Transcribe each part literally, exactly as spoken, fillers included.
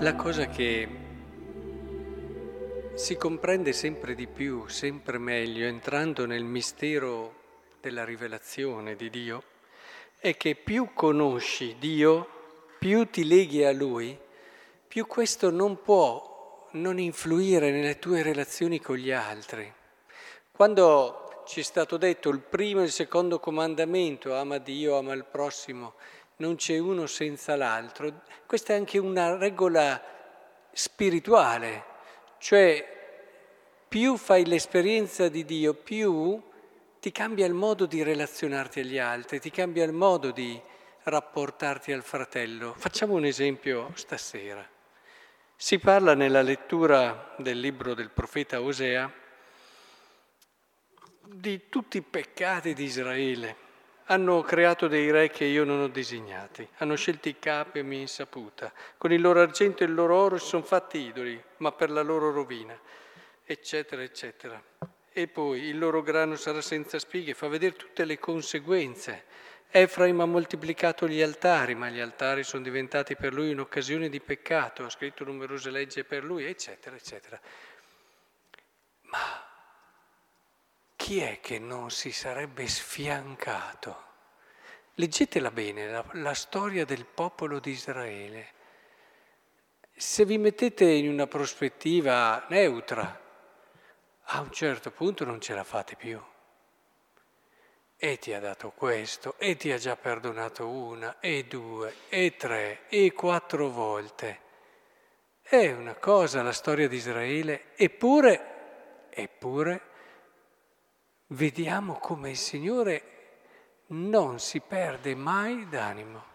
La cosa che si comprende sempre di più, sempre meglio, entrando nel mistero della rivelazione di Dio, è che più conosci Dio, più ti leghi a Lui, più questo non può non influire nelle tue relazioni con gli altri. Quando ci è stato detto il primo e il secondo comandamento, ama Dio, ama il prossimo, non c'è uno senza l'altro, questa è anche una regola spirituale, cioè più fai l'esperienza di Dio, più ti cambia il modo di relazionarti agli altri, ti cambia il modo di rapportarti al fratello. Facciamo un esempio stasera. Si parla nella lettura del libro del profeta Osea di tutti i peccati di Israele. Hanno creato dei re che io non ho designati, hanno scelto i capi a mia insaputa, con il loro argento e il loro oro si sono fatti idoli, ma per la loro rovina, eccetera, eccetera. E poi il loro grano sarà senza spighe, fa vedere tutte le conseguenze. Efraim ha moltiplicato gli altari, ma gli altari sono diventati per lui un'occasione di peccato, ha scritto numerose leggi per lui, eccetera, eccetera. Ma chi è che non si sarebbe sfiancato? Leggetela bene, la, la storia del popolo di Israele. Se vi mettete in una prospettiva neutra, a un certo punto non ce la fate più. E ti ha dato questo, e ti ha già perdonato una, e due, e tre, e quattro volte. È una cosa la storia di Israele, eppure, eppure, vediamo come il Signore non si perde mai d'animo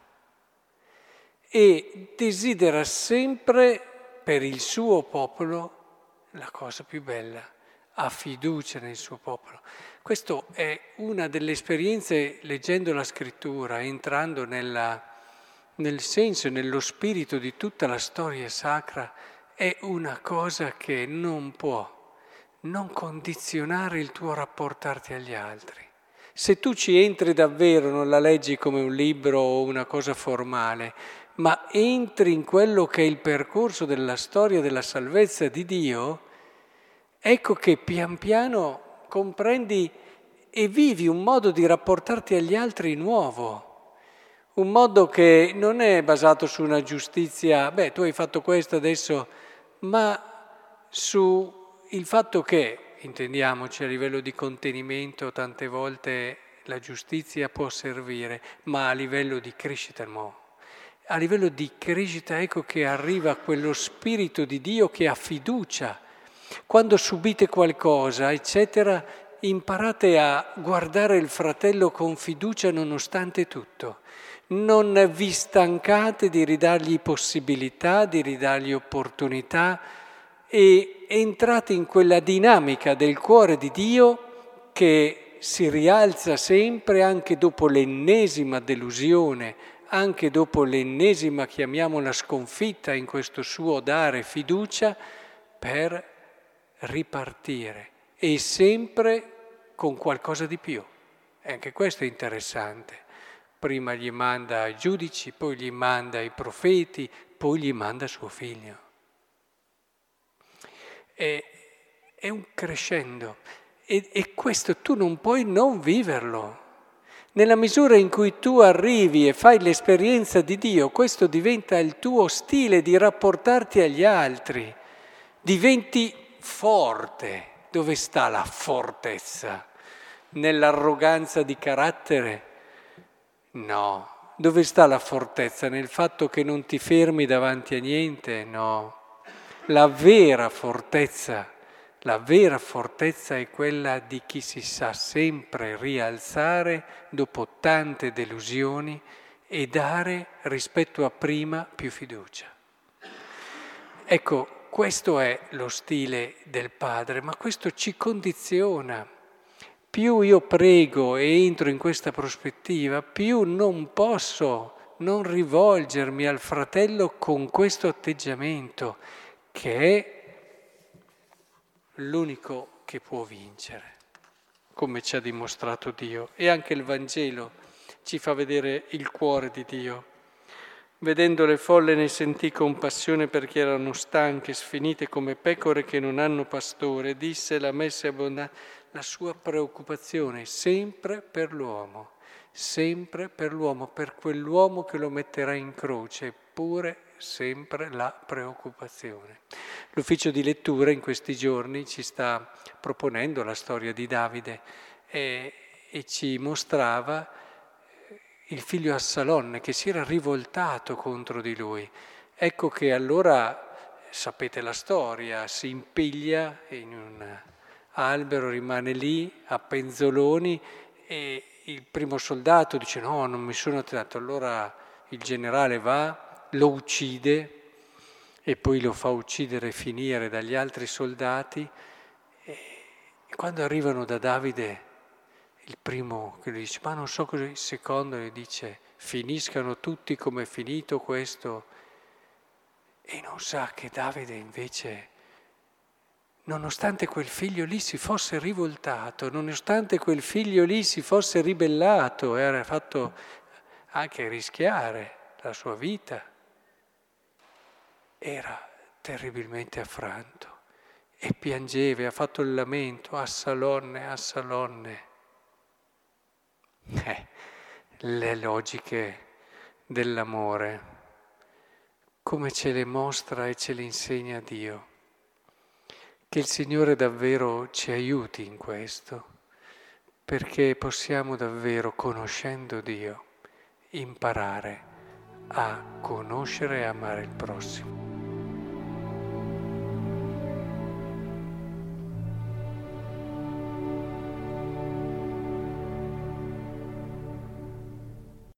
e desidera sempre per il suo popolo la cosa più bella, ha fiducia nel suo popolo. Questa è una delle esperienze, leggendo la scrittura, entrando nella, nel senso e nello spirito di tutta la storia sacra, è una cosa che non può non condizionare il tuo rapportarti agli altri. Se tu ci entri davvero, non la leggi come un libro o una cosa formale, ma entri in quello che è il percorso della storia della salvezza di Dio, ecco che pian piano comprendi e vivi un modo di rapportarti agli altri nuovo, un modo che non è basato su una giustizia, beh, tu hai fatto questo adesso, ma su il fatto che, intendiamoci a livello di contenimento, tante volte la giustizia può servire, ma a livello di crescita no. A livello di crescita ecco che arriva quello spirito di Dio che ha fiducia. Quando subite qualcosa, eccetera, imparate a guardare il fratello con fiducia nonostante tutto. Non vi stancate di ridargli possibilità, di ridargli opportunità, e entrate in quella dinamica del cuore di Dio che si rialza sempre anche dopo l'ennesima delusione, anche dopo l'ennesima, chiamiamola sconfitta, in questo suo dare fiducia, per ripartire e sempre con qualcosa di più. E anche questo è interessante. Prima gli manda i giudici, poi gli manda i profeti, poi gli manda suo figlio. È, è un crescendo e, e questo tu non puoi non viverlo. Nella misura in cui tu arrivi e fai l'esperienza di Dio, questo diventa il tuo stile di rapportarti agli altri, diventi forte. Dove sta la fortezza? Nell'arroganza di carattere? No. Dove sta la fortezza? Nel fatto che non ti fermi davanti a niente? No. La vera fortezza, la vera fortezza è quella di chi si sa sempre rialzare dopo tante delusioni e dare rispetto a prima più fiducia. Ecco, questo è lo stile del Padre, ma questo ci condiziona. Più io prego e entro in questa prospettiva, più non posso non rivolgermi al fratello con questo atteggiamento, che è l'unico che può vincere, come ci ha dimostrato Dio. E anche il Vangelo ci fa vedere il cuore di Dio. Vedendo le folle ne sentì compassione perché erano stanche, sfinite come pecore che non hanno pastore. Disse la messe abbondante, la sua preoccupazione sempre per l'uomo, sempre per l'uomo, per quell'uomo che lo metterà in croce, eppure sempre la preoccupazione. L'ufficio di lettura in questi giorni ci sta proponendo la storia di Davide e, e ci mostrava il figlio Assalonne che si era rivoltato contro di lui. Ecco che allora, sapete la storia, si impiglia in un albero, rimane lì a penzoloni e il primo soldato dice no, non mi sono attentato. Allora il generale va, lo uccide e poi lo fa uccidere e finire dagli altri soldati e quando arrivano da Davide il primo che gli dice, ma non so cosa, il secondo gli dice, finiscano tutti come è finito questo. E non sa che Davide invece, nonostante quel figlio lì si fosse rivoltato, nonostante quel figlio lì si fosse ribellato, era fatto anche rischiare la sua vita, era terribilmente affranto e piangeva, e ha fatto il lamento, Assalonne, Assalonne. Eh, le logiche dell'amore, come ce le mostra e ce le insegna Dio. Che il Signore davvero ci aiuti in questo, perché possiamo davvero, conoscendo Dio, imparare a conoscere e amare il prossimo.